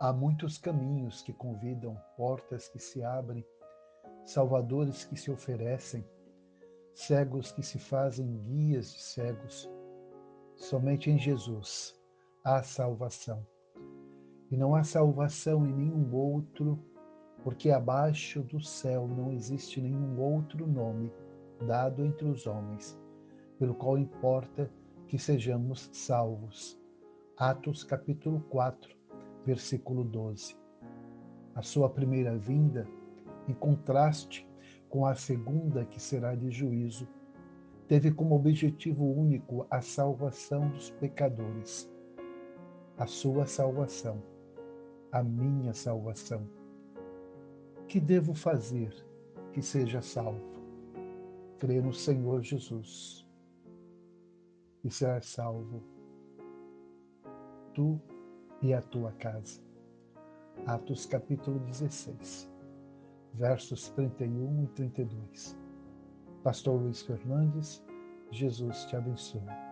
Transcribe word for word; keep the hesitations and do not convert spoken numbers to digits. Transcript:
Há muitos caminhos que convidam, portas que se abrem, salvadores que se oferecem, cegos que se fazem guias de cegos. Somente em Jesus há salvação. E não há salvação em nenhum outro, porque abaixo do céu não existe nenhum outro nome dado entre os homens, pelo qual importa que sejamos salvos. Atos capítulo quatro, versículo doze. A sua primeira vinda, em contraste com a segunda, que será de juízo, teve como objetivo único a salvação dos pecadores. A sua salvação, a minha salvação. Que devo fazer que seja salvo? Crer no Senhor Jesus e serás salvo, tu e a tua casa. Atos capítulo dezesseis, versos trinta e um e trinta e dois. Pastor Luiz Fernandes, Jesus te abençoe.